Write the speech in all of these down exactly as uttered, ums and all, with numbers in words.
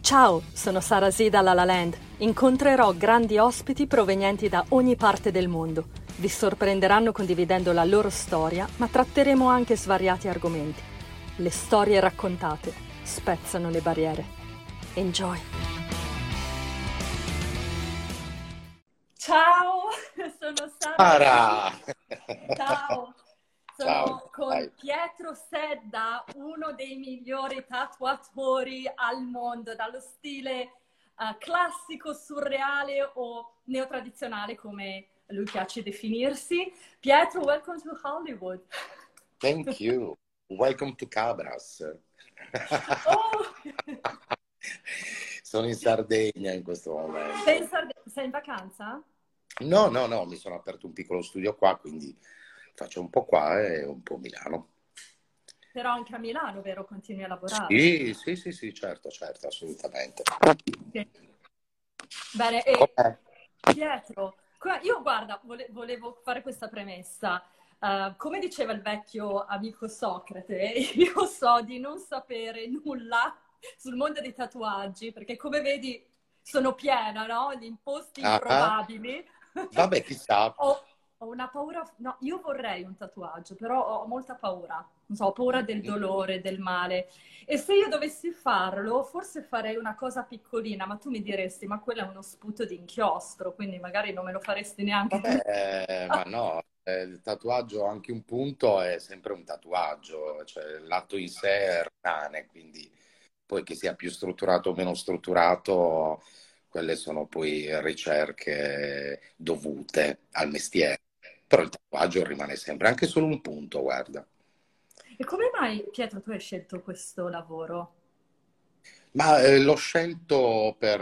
Ciao, sono Sara Z da La La Land. Incontrerò grandi ospiti provenienti da ogni parte del mondo. Vi sorprenderanno condividendo la loro storia, ma tratteremo anche svariati argomenti. Le storie raccontate spezzano le barriere. Enjoy! Ciao, sono Sara Sara! Z. Ciao, Ciao, sono con dai. Pietro Sedda, uno dei migliori tatuatori al mondo, dallo stile eh, classico, surreale o neotradizionale, come lui piace definirsi. Pietro, welcome to Hollywood. Thank you. Welcome to Cabras. Oh! Sono in Sardegna in questo momento. Sei in, Sarde- sei in vacanza? No, no, no, mi sono aperto un piccolo studio qua, quindi faccio un po' qua e un po' Milano. Però anche a Milano, vero? Continui a lavorare. Sì, sì, sì, sì, certo, certo, assolutamente. Sì. Bene, e Com'è? Pietro, qua- io guarda, vole- volevo fare questa premessa. Eh, come diceva il vecchio amico Socrate, io so di non sapere nulla sul mondo dei tatuaggi, perché come vedi sono piena, no? Di imposti Ah, ah. improbabili. Vabbè, chissà. Ho, ho una paura, no, io vorrei un tatuaggio, però ho molta paura. Non so, ho paura del dolore, del male. E se io dovessi farlo, forse farei una cosa piccolina, ma tu mi diresti, ma quello è uno sputo di inchiostro, quindi magari non me lo faresti neanche tu. Vabbè, eh, ma no, eh, il tatuaggio anche un punto è sempre un tatuaggio, cioè l'atto in sé è rimane, quindi poi che sia più strutturato o meno strutturato, quelle sono poi ricerche dovute al mestiere. Però il tatuaggio rimane sempre, anche solo un punto, guarda. E come mai, Pietro, tu hai scelto questo lavoro? Ma eh, l'ho scelto per...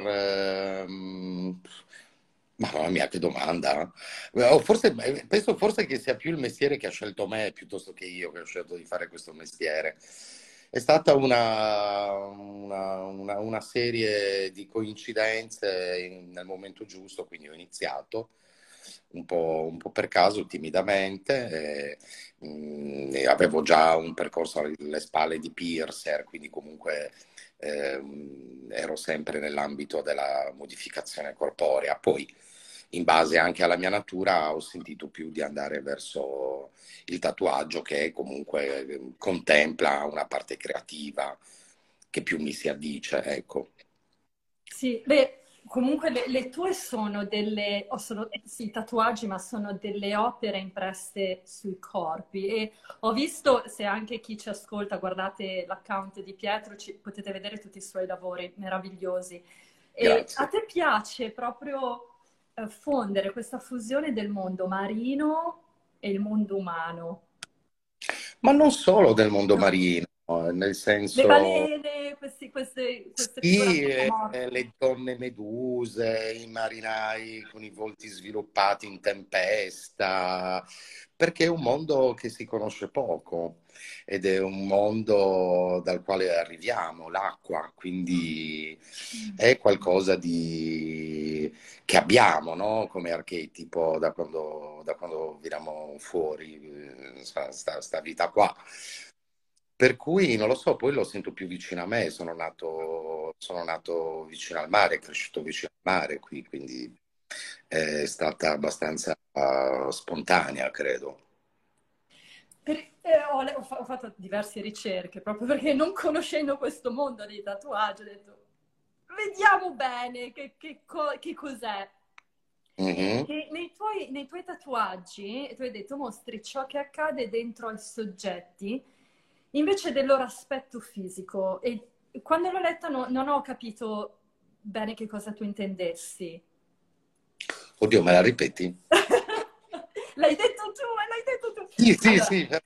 ehm, Mamma mia, che domanda. Eh, o forse, eh, penso forse che sia più il mestiere che ha scelto me piuttosto che io che ho scelto di fare questo mestiere. È stata una, una- una- una serie di coincidenze in- nel momento giusto, quindi ho iniziato un po', un po' per caso, timidamente. E, mm, e avevo già un percorso alle spalle di piercer, quindi comunque ehm, ero sempre nell'ambito della modificazione corporea. Poi, in base anche alla mia natura, ho sentito più di andare verso il tatuaggio che comunque eh, contempla una parte creativa che più mi si addice, ecco. Sì, beh, comunque le, le tue sono delle, o sono sì, tatuaggi, ma sono delle opere impresse sui corpi. E ho visto, se anche chi ci ascolta, guardate l'account di Pietro, ci- potete vedere tutti i suoi lavori meravigliosi. E a Grazie. te piace proprio eh, fondere questa fusione del mondo marino e il mondo umano. Ma non solo del mondo marino, eh, nel Le senso... balene, questi- queste, queste figure Sì, eh, antropomorfe. le donne meduse, i marinai con i volti sviluppati in tempesta, perché è un mondo che si conosce poco ed è un mondo dal quale arriviamo, l'acqua, quindi Mm. è qualcosa di... che abbiamo, no? Come archetipo da quando, da quando veniamo fuori, eh, sta, sta sta vita qua. Per cui non lo so, poi lo sento più vicino a me, sono nato, sono nato vicino al mare, cresciuto vicino al mare qui, quindi è stata abbastanza eh, spontanea, credo. Per- eh, ho, ho fa- ho fatto diverse ricerche proprio perché non conoscendo questo mondo dei tatuaggi ho detto vediamo bene che, che co- che cos'è. Mhm. E nei tuoi, nei tuoi tatuaggi, tu hai detto, mostri ciò che accade dentro ai soggetti invece del loro aspetto fisico. E quando l'ho letta no- non ho capito bene che cosa tu intendessi. Oddio, me la ripeti? L'hai detto tu, eh, l'hai detto tu. Sì, sì, Allora, sì,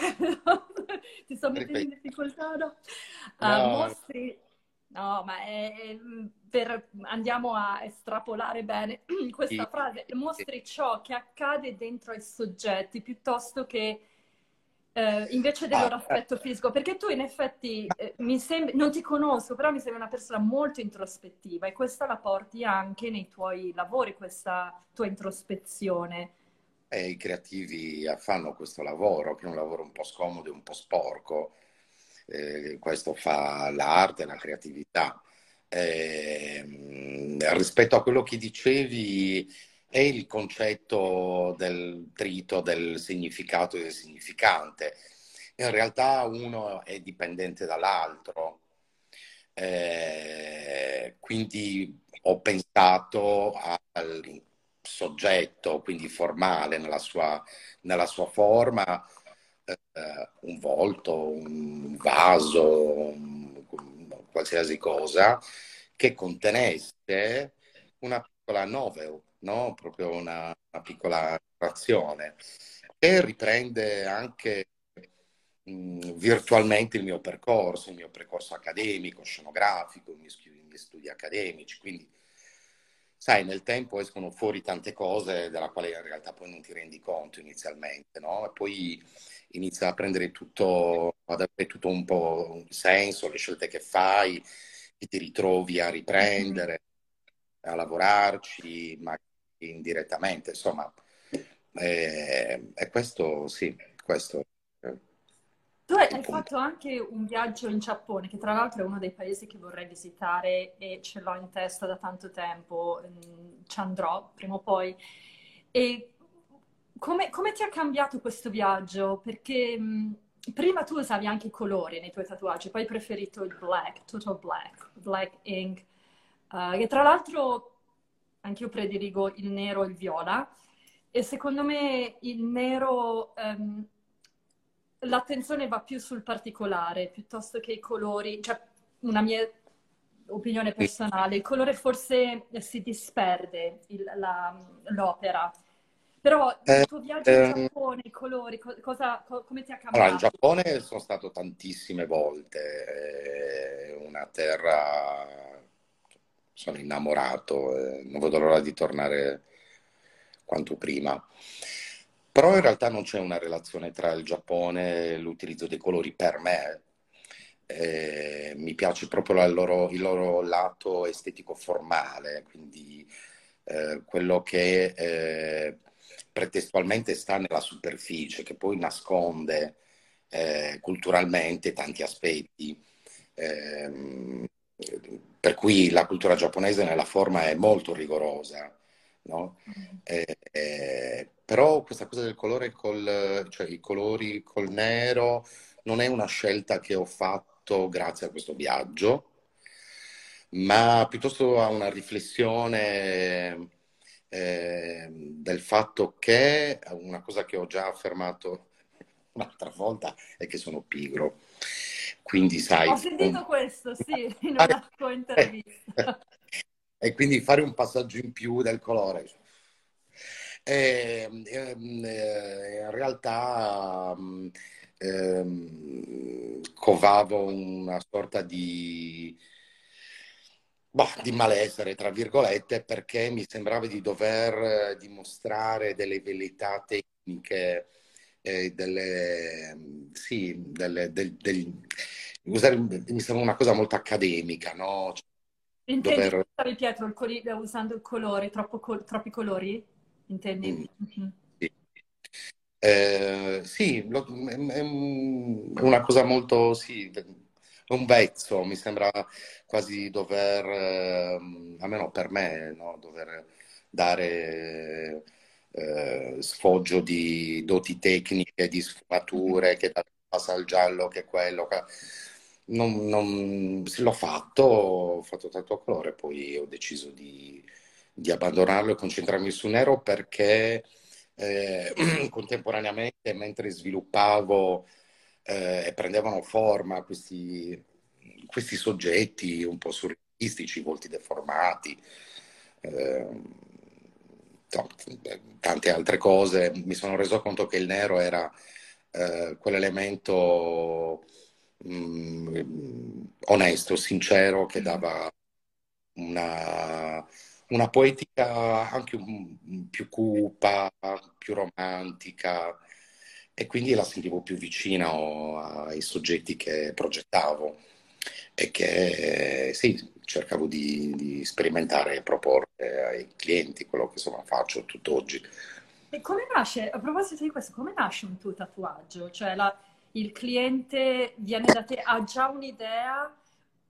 ti sto mettendo in ripeti. difficoltà, no? Uh, No, mostri, no, ma è, è- per, andiamo a estrapolare bene sì, questa frase. sì, sì. Mostri ciò che accade dentro ai soggetti piuttosto che eh, invece del Ah, loro aspetto fisico, perché tu in effetti eh, mi sembri, non ti conosco, però mi sembri una persona molto introspettiva e questa la porti anche nei tuoi lavori, questa tua introspezione. e i creativi fanno questo lavoro, che è un lavoro un po' scomodo e un po' sporco. Eh, questo fa l'arte, la creatività. Ehm, rispetto a quello che dicevi, è il concetto del trito, del significato e del significante. In realtà uno è dipendente dall'altro. Eh, quindi ho pensato al soggetto, quindi formale nella sua, nella sua forma, eh, un volto, un vaso, un- qualsiasi cosa che contenesse una piccola novel, no? Proprio una, una piccola narrazione, che riprende anche mh, virtualmente il mio percorso, il mio percorso accademico, scenografico, i miei, stu- i miei studi accademici. Quindi, sai, nel tempo escono fuori tante cose della quale in realtà poi non ti rendi conto inizialmente, no? E poi inizia a prendere tutto, ad avere tutto un po' un senso, le scelte che fai, che ti ritrovi a Mhm. riprendere, a lavorarci, ma indirettamente, insomma. E, e questo, sì, questo è Tu hai il hai punto. fatto anche un viaggio in Giappone, che tra l'altro è uno dei paesi che vorrei visitare e ce l'ho in testa da tanto tempo, mm, ci andrò prima o poi. E come, come ti ha cambiato questo viaggio? Perché mm, prima tu usavi anche i colori nei tuoi tatuaggi, poi hai preferito il black, total black, black ink, eh, che tra l'altro anche io prediligo il nero e il viola. E secondo me il nero, ehm, l'attenzione va più sul particolare piuttosto che i colori, cioè una mia opinione personale, il colore forse si disperde il- la- l'opera. Però Eh, il tuo viaggio in ehm, Giappone, i colori, co- cosa, co- come ti ha allora, in cambiato? Giappone sono stato tantissime volte, è una terra, sono innamorato, eh, non vedo l'ora di tornare quanto prima. Però in realtà non c'è una relazione tra il Giappone e l'utilizzo dei colori per me. Eh, mi piace proprio la loro- il loro lato estetico formale, quindi eh, quello che eh, pretestualmente sta nella superficie, che poi nasconde eh, culturalmente tanti aspetti. Ehm, per cui la cultura giapponese nella forma è molto rigorosa, no? Mm. Eh, eh, però questa cosa del colore col, cioè i colori col nero non è una scelta che ho fatto grazie a questo viaggio, ma piuttosto a una riflessione eh, del fatto che una cosa che ho già affermato un'altra volta è che sono pigro. Quindi, Ho sai, un- sentito questo, sì, in una tua intervista. e quindi fare un passaggio in più del colore. E, ehm, eh, in realtà mh, ehm, covavo una sorta di, boh, di malessere, tra virgolette, perché mi sembrava di dover eh, dimostrare delle velleità tecniche, eh, delle, sì, delle, del, del- usare- mi sembra una cosa molto accademica, no? Cioè, Intendi, dover... scusavi, Pietro, il coli- usando il colore, troppo col- troppi colori? Intendi? mm, Mhm. sì. Eh, sì, lo- è, è un- è una cosa molto, sì, è un vezzo, mi sembra quasi dover, ehm, almeno per me, no? Dover dare eh, sfoggio di doti tecniche, di Mhm. sfumature, che da- passa al giallo, che quello. che- Non, non- sì, l'ho fatto, ho fatto tanto colore, poi ho deciso di, di abbandonarlo e concentrarmi su nero perché eh, contemporaneamente, mentre sviluppavo eh, e prendevano forma questi, questi soggetti un po' surrealistici, volti deformati, eh, no, tante altre cose, mi sono reso conto che il nero era eh, quell'elemento mh, onesto, sincero, che Mm. dava una, una poetica anche un- un più cupa, più romantica, e quindi la sentivo più vicina o- ai soggetti che progettavo e che sì, cercavo di, di sperimentare e proporre ai clienti, quello che insomma faccio tutt'oggi. E come nasce, a proposito di questo, come nasce un tuo tatuaggio? Cioè la- il cliente viene da te, ha già un'idea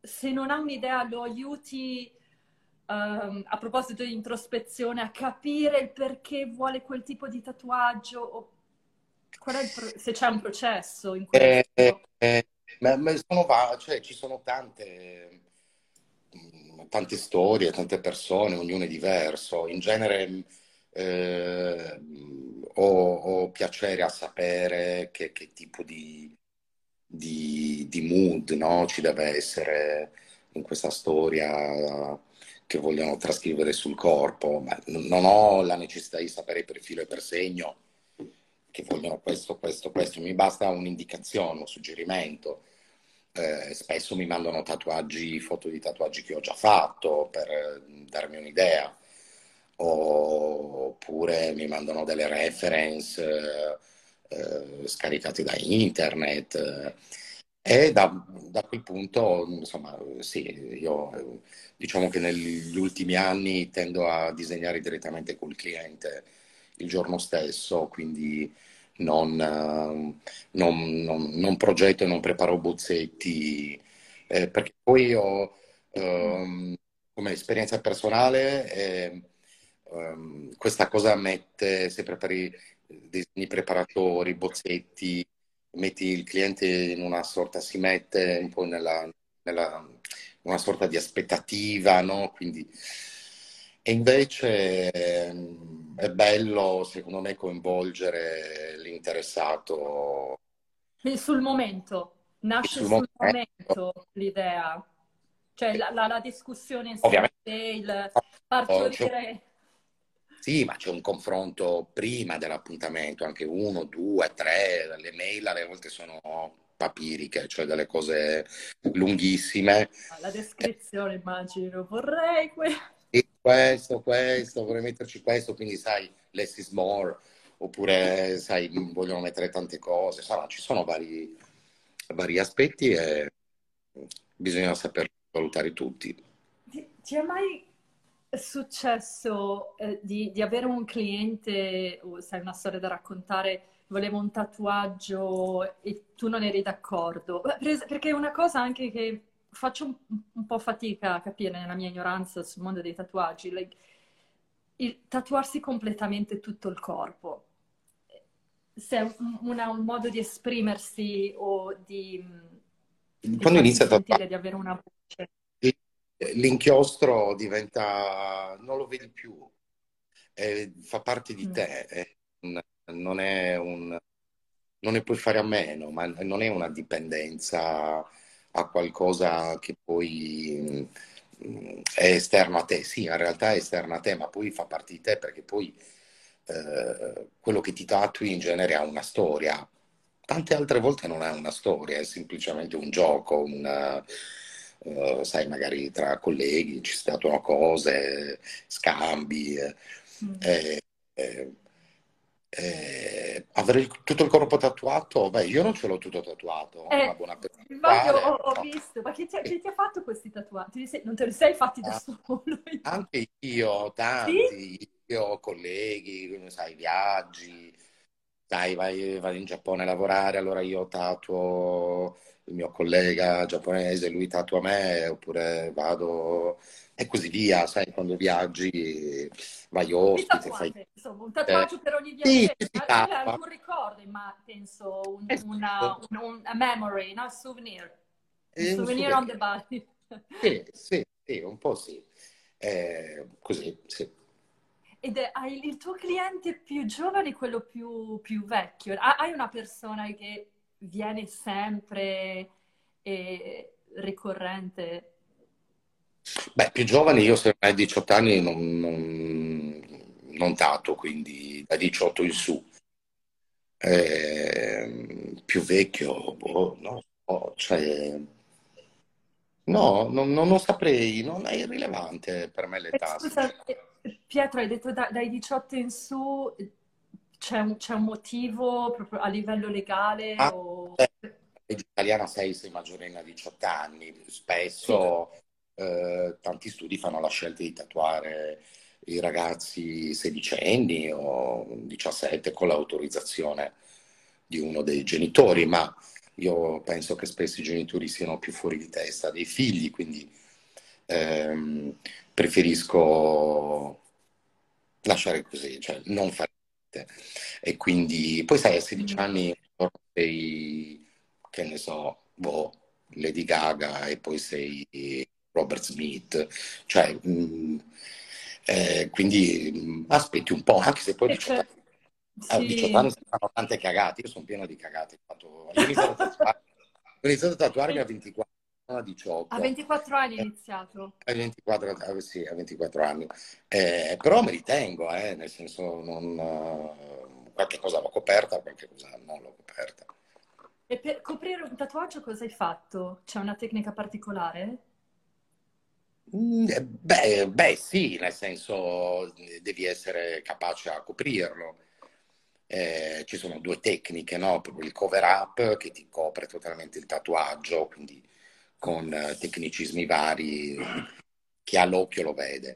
se non ha un'idea lo aiuti, ehm, a proposito di introspezione, a capire il perché vuole quel tipo di tatuaggio, o qual è il pro- se c'è un processo in Eh, eh, questo. eh, ma, ma sono va- cioè, ci sono tante, mh, tante storie, tante persone, ognuno è diverso. In genere mh, eh, mh, ho, ho piacere a sapere che, che tipo di, di, di mood, no, ci deve essere in questa storia che vogliono trascrivere sul corpo. Ma n- non ho la necessità di sapere per filo e per segno che vogliono questo, questo, questo. Mi basta un'indicazione, un suggerimento. Eh, spesso mi mandano tatuaggi, foto di tatuaggi che ho già fatto per eh, darmi un'idea, oppure mi mandano delle reference eh, eh, scaricate da internet. eh, e da, da quel punto, insomma, sì, io eh, diciamo che negli ultimi anni tendo a disegnare direttamente col cliente il giorno stesso, quindi non, eh, non, non- non progetto e non preparo bozzetti, eh, perché poi ho, Mm. ehm, come esperienza personale, eh, ehm, questa cosa mette, se prepari disegni preparatori, bozzetti, metti il cliente in una sorta, si mette un po' nella, nella- una sorta di aspettativa, no? Quindi, e invece ehm, è bello, secondo me, coinvolgere l'interessato Quindi sul momento, nasce sul sul momento. momento l'idea, cioè la, la- la discussione insieme a Ovviamente te, il oh, c'è un- partorire. sì, ma c'è un confronto prima dell'appuntamento, anche uno, due, tre, le mail alle volte sono papiriche, cioè delle cose lunghissime. La descrizione, immagino, vorrei que- E questo, questo, vorrei metterci questo, quindi sai, less is more, oppure sai, vogliono mettere tante cose, insomma, ci sono vari, vari aspetti e bisogna saper valutare tutti. Ti, ti è mai successo eh, di, di avere un cliente, o sai, una storia da raccontare, voleva un tatuaggio e tu non eri d'accordo? Beh, per es- Perché è una cosa anche che faccio un, un po' fatica a capire nella mia ignoranza sul mondo dei tatuaggi, like, il tatuarsi completamente tutto il corpo. Se è un, una- un modo di esprimersi o di, di Quando farsi inizia a tatuare, sentire, di avere una voce. l'inchiostro diventa, non lo vedi più, eh, fa parte di Mm. te, eh, non non è un, non ne puoi fare a meno, ma non è una dipendenza a qualcosa che poi mh, è esterno a te. Sì, in realtà è esterno a te, ma poi fa parte di te perché poi eh, quello che ti tatui in genere ha una storia. Tante altre volte non ha una storia, è semplicemente un gioco, una, eh, sai, magari tra colleghi ci si tatuano cose, scambi. eh, Mm. eh, eh, eh, avere il- tutto il corpo tatuato, beh, io non ce l'ho tutto tatuato, ho una Eh, buona infatti ho, ho- percentuale, ho no? visto, ma chi ti, ha chi ti ha fatto questi tatuaggi? Te li sei- non te li sei fatti da Ah, solo? anche io, Sì? tanti, io, colleghi, sai, viaggi, sai, vai, vai in Giappone a lavorare, allora io tatuo il mio collega giapponese, lui tatua me, oppure vado e così via, sai, quando viaggi vai Vi ospite, fai... tatuate, insomma, un eh, tatuaggio per ogni sì, viaggetto. ci si Alla fine è tatua. anche un ricordo, ma penso un, una, Esatto, un, un- a memory, no? Un souvenir. Un è un souvenir on souvenir. the body. Sì, sì, sì, un po' sì. Eh, così, sì. Ed è- hai il tuo cliente più giovane, quello più, più vecchio? Ha- Hai una persona che viene sempre e ricorrente? Beh, più giovane io se hai diciotto anni non, non, non tatuo, quindi da diciotto in su. Eh, più vecchio, boh, no, no, cioè, no, non, non lo saprei, non è irrilevante per me Eh, l'età, Scusa, sinceramente. eh, Pietro, hai detto da- dai diciotto in su, eh, c'è un, c'è un motivo proprio a livello legale Ah, o... beh, la legge italiana sei, sei maggiorenne a diciotto anni, Sì, spesso eh, tanti studi fanno la scelta di tatuare i ragazzi sedicenni o diciassette con l'autorizzazione di uno dei genitori, ma Io penso che spesso i genitori siano più fuori di testa dei figli, quindi ehm, preferisco lasciare così, cioè non fare niente. E quindi, poi sai, a sedici Mm. anni sei, che ne so, boh, Lady Gaga e poi sei Robert Smith, cioè, mh, eh, quindi mh, aspetti un po', anche se poi a E diciotto c'è- anni, a diciotto sì. anni si fanno tante cagate, io sono pieno di cagate. Ho fatto- io ho iniziato a tatuare- ho iniziato a tatuarmi a ventiquattro, non a A diciotto. ventiquattro anni hai iniziato. A ventiquattro, eh, sì, a ventiquattro anni. Eh, però me li tengo, eh, nel senso, non, eh, qualche cosa l'ho coperta, qualche cosa non l'ho coperta. E per coprire un tatuaggio cosa hai fatto? C'è una tecnica particolare? Mm, eh, Beh, beh, sì, nel senso, eh, devi essere capace a coprirlo. Eh, ci sono due tecniche, no? Proprio il cover up che ti copre totalmente il tatuaggio, quindi con eh, tecnicismi vari, chi ha l'occhio lo vede.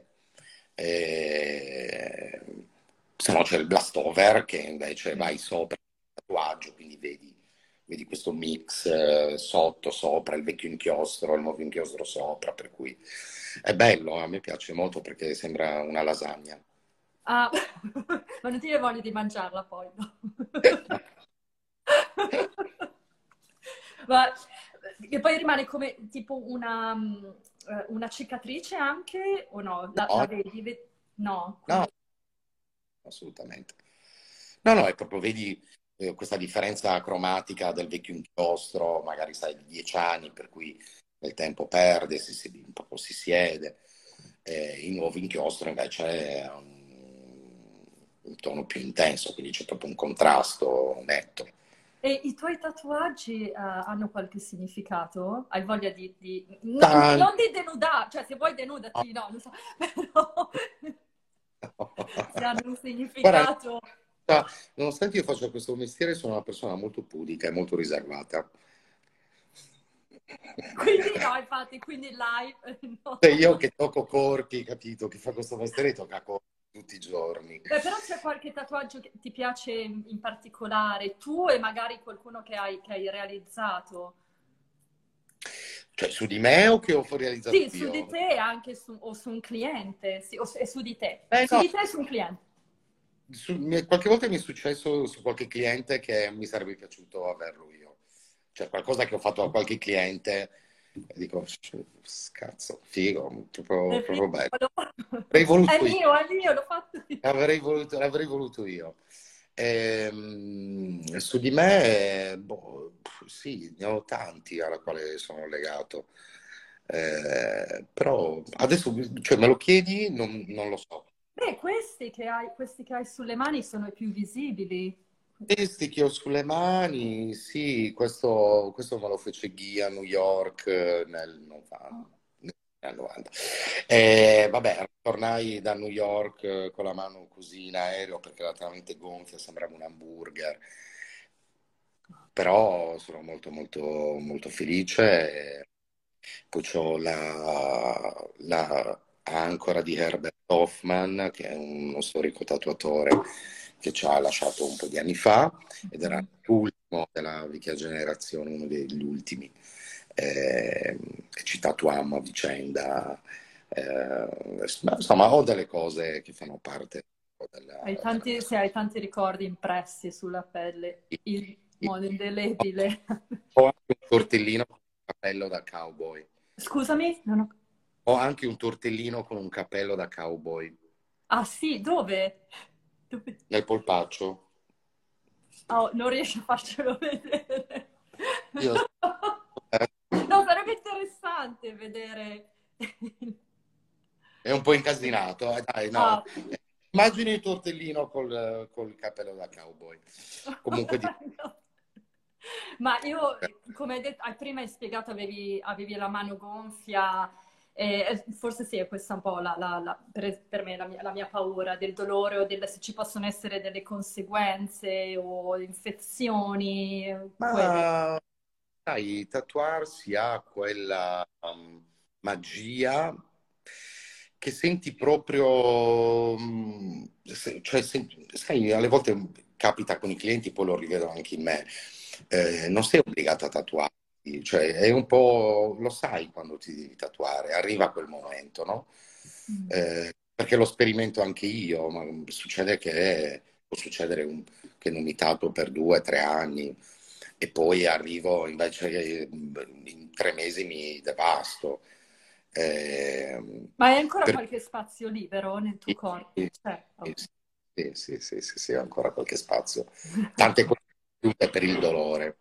Eh, Se no c'è il blast over che invece Sì. vai sopra il tatuaggio, quindi vedi, vedi questo mix eh, sotto, sopra, il vecchio inchiostro, il nuovo inchiostro sopra, per cui è bello, a me piace molto perché sembra una lasagna. Ah, ma non ti viene voglia di mangiarla poi, no? Ma e poi rimane come tipo una, mm, eh, una cicatrice anche o no? La, la No, vedi? Ve- No, no, quindi assolutamente. No, no, è proprio, vedi eh, questa differenza cromatica del vecchio inchiostro, magari sai di dieci anni, per cui nel tempo perde, si, si- un po' si siede. Eh, il nuovo inchiostro invece è un, un tono più intenso, quindi c'è proprio un contrasto netto. e i tuoi tatuaggi, eh, hanno qualche significato? Hai voglia di... di- no- Tanto. non di denudare, cioè se vuoi denudati, no, non so, però se hanno un Guarda, significato. nonostante io faccia questo mestiere, sono una persona molto pudica e molto riservata. Quindi no, infatti, quindi live, no. Cioè, io che tocco corpi, capito, che fa questo mestiere, tocca corpi tutti i giorni. Beh, però c'è qualche tatuaggio che ti piace in particolare, tu e magari qualcuno che hai, che hai realizzato? Cioè, su di me o che ho realizzato Sì, su di io? te e anche su, o su un cliente, sì, o su, e su di te. Eh Su no, di te e su un cliente. su- mi- qualche volta mi è successo su qualche cliente che mi sarebbe piaciuto averlo io. Cioè, qualcosa che ho fatto a qualche cliente e dico, scazzo, figo, proprio, È proprio bello. figo. Avrei È voluto io. mio, è mio, l'ho fatto io. Avrei voluto, l'avrei voluto io. Ehm, su di me, boh, sì, ne ho tanti alla quale sono legato. Eh, però adesso, cioè, me lo chiedi, non, non lo so. Beh, questi che hai, questi che hai sulle mani sono i più visibili. Questi che ho sulle mani, sì, questo, questo me lo fece Guy a New York eh, nel novanta. Nel novanta. E, vabbè, tornai da New York eh, con la mano così in aereo perché era talmente gonfia, sembrava un hamburger. Però sono molto molto molto felice. Poi c'ho la, la ancora di Herbert Hoffman, che è uno storico tatuatore che ci ha lasciato un po' di anni fa ed era Mhm. l'ultimo della vecchia generazione, uno degli ultimi. Eh, e ci tatuammo a vicenda. Eh, ma insomma, ho delle cose che fanno parte Hai della, della tanti, mia sì, hai tanti ricordi impressi sulla pelle, in vita. modo indelebile. Ho anche un tortellino con un cappello da cowboy. Scusami? Non ho- Ho anche un tortellino con un cappello da cowboy Ah sì, dove? Dove? nel polpaccio. Oh, non riesco a farcelo vedere. Io, eh, No, sarebbe interessante vedere. è un po' incasinato, eh, dai, no. Ah. Immagini il tortellino col, col cappello da cowboy. Comunque, di- No. Ma io, come hai detto, hai- prima hai spiegato, avevi, avevi la mano gonfia, e forse sì, è questa un po' la, la- la- per, per me la mia, la mia paura del dolore o del, se ci possono essere delle conseguenze o infezioni, quello. ma sai, tatuarsi ha quella um, magia che senti proprio, um, se- cioè, senti- sai, alle volte capita con i clienti, poi lo rivedo anche in me. eh, non sei obbligato a tatuarti, cioè è un po', lo sai quando ti devi tatuare, arriva quel momento, no? Mm. Eh, perché lo sperimento anche io, ma succede che può succedere un- che non mi tatuo per due, tre anni e poi arrivo invece che in tre mesi mi devasto. Eh, Ma hai ancora per qualche spazio libero nel tuo cui corpo? sì, C'è, ok. sì, sì, sì, sì, sì, ho ancora qualche spazio. Tante cose tutte per il dolore.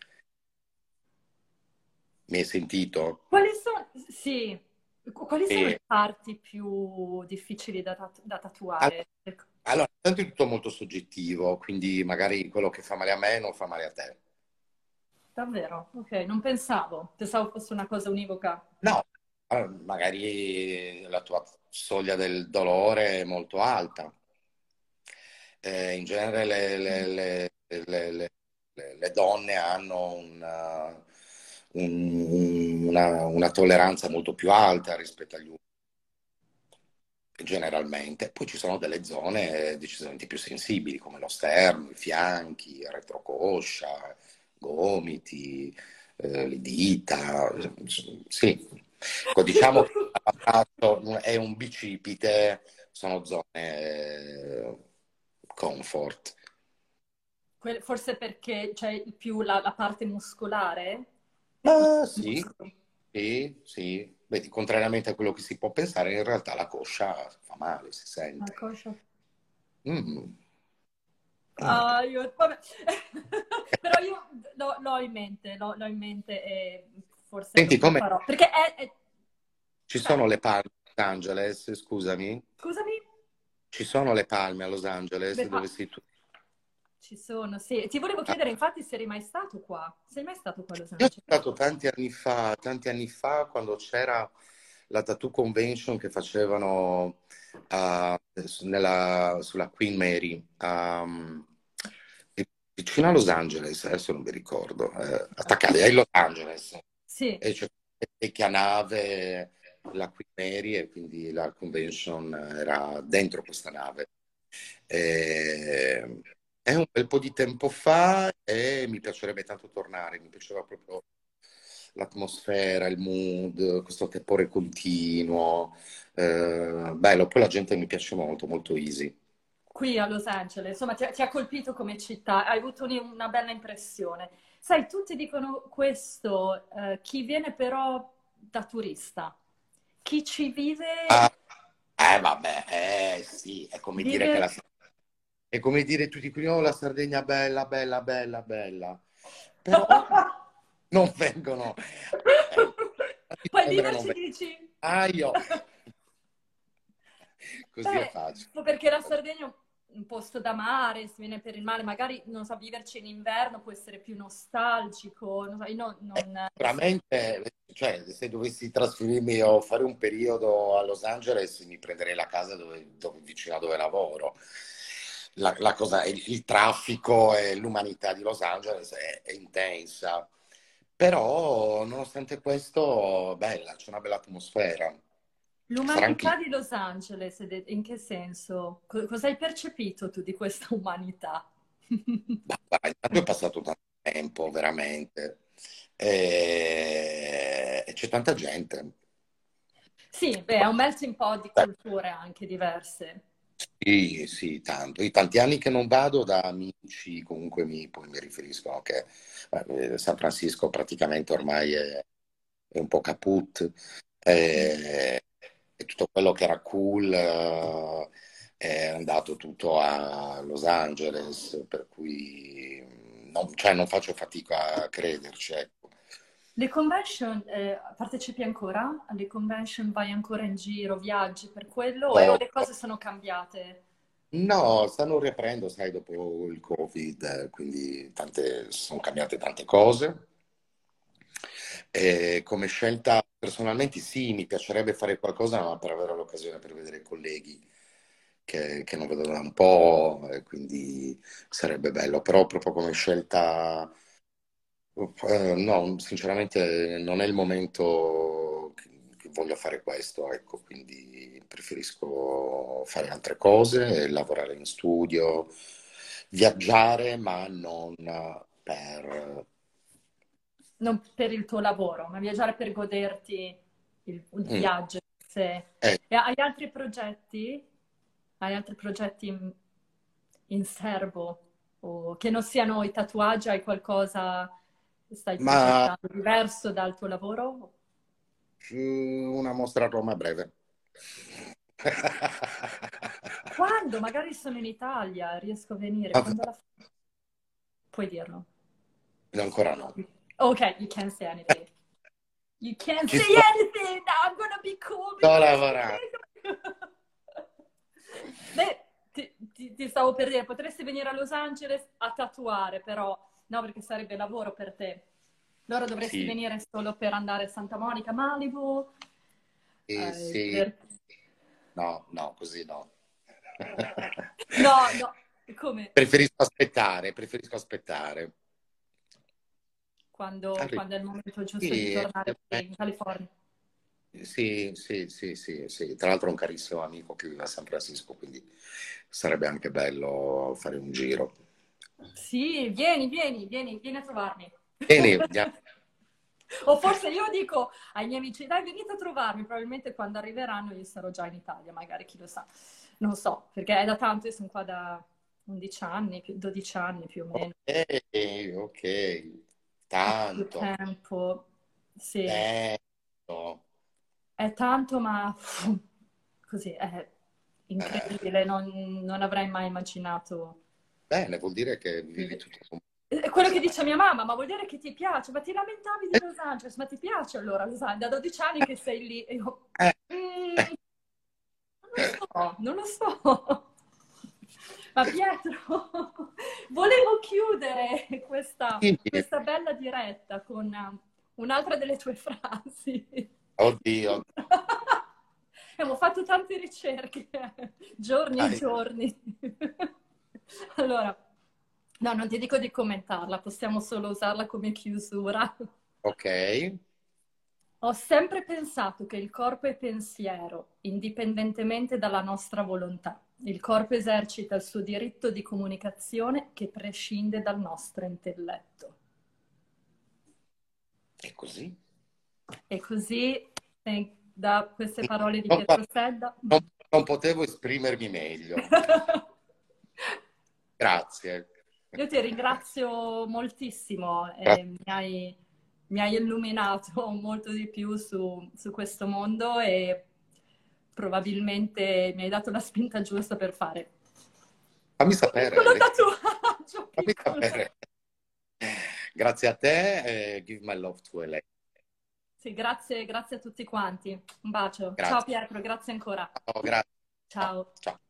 Mi hai sentito? Quali sono, sì, qu- quali sono E, le parti più difficili da, tat- da all- tatuare? Ecco. allora, intanto è tutto molto soggettivo, quindi magari quello che fa male a me non fa male a te. Davvero? Ok, non pensavo, pensavo fosse una cosa univoca. No, eh, magari la tua soglia del dolore è molto alta. Eh, in genere le, le- le- le- le- le- le donne hanno una, un- una- una tolleranza molto più alta rispetto agli uomini, generalmente. Poi ci sono delle zone decisamente più sensibili, come lo sterno, i fianchi, il retrocoscia, gomiti, eh, le dita. Sì, ecco, diciamo che l'avambraccio è un bicipite, sono zone eh, comfort. Que- forse perché c'è più la, la parte muscolare? Il Ma sì, muscolo. sì, sì. Vedi, contrariamente a quello che si può pensare, in realtà la coscia fa male, si La sente. coscia. Mm. Mm. Ah, io, vabbè. Però io l'ho l'ho in mente, l'ho l'ho in mente e forse lo, Senti, lo come farò. Perché è, è- ci cioè, sono le palme a Los Angeles, scusami? scusami? Ci sono le palme a Los Angeles Le dove pa- sei tu? ci sono, sì. Ti volevo Ah, chiedere infatti se eri mai stato qua. Sei mai stato qua a Los io sono Angeles? stato tanti anni fa, tanti anni fa quando c'era la Tattoo Convention che facevano ah, nella- sulla Queen Mary, um, vicino a Los Angeles, adesso non mi ricordo, eh, attaccati ai Los Angeles. Sì. E c'è vecchia nave, la Queen Mary, e quindi la convention era dentro questa nave. Eh, è un bel po' di tempo fa e mi piacerebbe tanto tornare, mi piaceva proprio l'atmosfera, il mood, questo tepore continuo. Eh, bello, poi la gente mi piace molto, molto easy. Qui a Los Angeles, insomma, ti, ha ti ha colpito come città, hai avuto un- una bella impressione. Sai, tutti dicono questo, eh, chi viene però da turista, chi ci Ah, vive, eh, vabbè, eh, sì, è come dire che vive... la, è come dire tutti qui, oh, la Sardegna bella, bella, bella, bella. Però non vengono, eh, mi Poi sembra non viverci vengono. dici... Ah, io, così è Beh, facile. perché la Sardegna è un posto da mare, si viene per il mare, magari, non so, viverci in inverno può essere più nostalgico, non so, io non... Eh, non- Sicuramente, cioè, se dovessi trasferirmi o fare un periodo a Los Angeles, mi prenderei la casa dove, dove- vicino a dove lavoro. La, la cosa, il, il traffico e l'umanità di Los Angeles è, è intensa, però nonostante questo, bella, c'è una bella atmosfera. Sarà anche L'umanità di Los Angeles, ed è- in che senso? Co- cosa hai percepito tu di questa umanità? ma guarda, intanto è passato tanto tempo, veramente. E, e c'è tanta gente. Sì, beh, è un melting pot di culture anche diverse. Sì, sì, tanto. I tanti anni che non vado da amici, comunque mi, poi mi riferiscono che eh, San Francisco praticamente ormai è, è un po' caput, e, e tutto quello che era cool eh, è andato tutto a Los Angeles, per cui non, cioè, non faccio fatica a crederci, ecco. Le convention, eh, partecipi ancora? Alle convention vai ancora in giro, viaggi per quello o Poco. le cose sono cambiate? No, stanno riaprendo, sai, dopo il Covid, eh, quindi tante, sono cambiate tante cose. E come scelta, personalmente sì, mi piacerebbe fare qualcosa, ma per avere l'occasione per vedere i colleghi che, che non vedo da un po', e quindi sarebbe bello. Però proprio come scelta, eh, no, sinceramente non è il momento che, che voglio fare questo, ecco, quindi preferisco fare altre cose, lavorare in studio, viaggiare, ma non per... Non per il tuo lavoro, ma viaggiare per goderti il, il Mm. viaggio in sé. Eh, E hai altri progetti? Hai altri progetti in, in serbo? O che non siano i tatuaggi? Hai qualcosa che stai ma progettando diverso dal tuo lavoro? mm, una mostra a Roma a breve. Quando? Magari sono in Italia, riesco a venire. Quando la fai? Puoi dirlo. No, ancora no. Ok, you can't say anything. You can't Ci say sto, anything! Now I'm gonna be cool sto because... lavorando. Beh, ti, ti- ti stavo per dire, potresti venire a Los Angeles a tatuare, però no, perché sarebbe lavoro per te. Allora dovresti Sì, venire solo per andare a Santa Monica, Malibu. sì, eh, sì. per- No, no, così no. No, no, come? Preferisco aspettare, preferisco aspettare. Quando, Arri- quando è il momento giusto di Sì, eh, tornare qui in California. sì, sì, sì, sì, sì. Tra l'altro ho un carissimo amico che vive a San Francisco, quindi sarebbe anche bello fare un giro. Sì, vieni, vieni, vieni, vieni a trovarmi. Bene, andiamo. O forse io dico ai miei amici, dai, venite a trovarmi, probabilmente quando arriveranno io sarò già in Italia, magari chi lo sa. Non so, perché è da tanto, io sono qua da undici anni, più- dodici anni più o meno. Ok, ok. Più Tanto, tempo, sì, bello. è tanto, ma così, è Eh, incredibile, non, non avrei mai immaginato. bene, vuol dire che vivi tutto con È quello che dice mia mamma, ma vuol dire che ti piace? Ma ti lamentavi di Los Angeles? Ma ti piace allora Los Angeles? Da dodici anni che sei lì. E io, Eh, eh, "Mm, non lo so, non lo so. Ma Pietro, volevo chiudere questa, sì. questa bella diretta con um, un'altra delle tue frasi. Oddio. Abbiamo fatto tante ricerche, giorni e Dai. giorni. Allora, no, non ti dico di commentarla, possiamo solo usarla come chiusura. Ok. Ho sempre pensato che il corpo è pensiero, indipendentemente dalla nostra volontà. Il corpo esercita il suo diritto di comunicazione che prescinde dal nostro intelletto. E così? E così, eh, da queste parole di Non, Pietro Sedda, non- non potevo esprimermi meglio. Grazie. io ti ringrazio moltissimo, Grazie. eh, mi hai, mi hai illuminato molto di più su, su questo mondo e probabilmente mi hai dato la spinta giusta per fare Fammi un sapere, piccolo le- tatuaggio, fammi piccolo. sapere. Grazie a te e give my love to L A. Sì, grazie, grazie a tutti quanti. Un bacio. Ciao Grazie. Pietro, grazie ancora. Ciao, grazie. Ciao. Ciao. Ciao.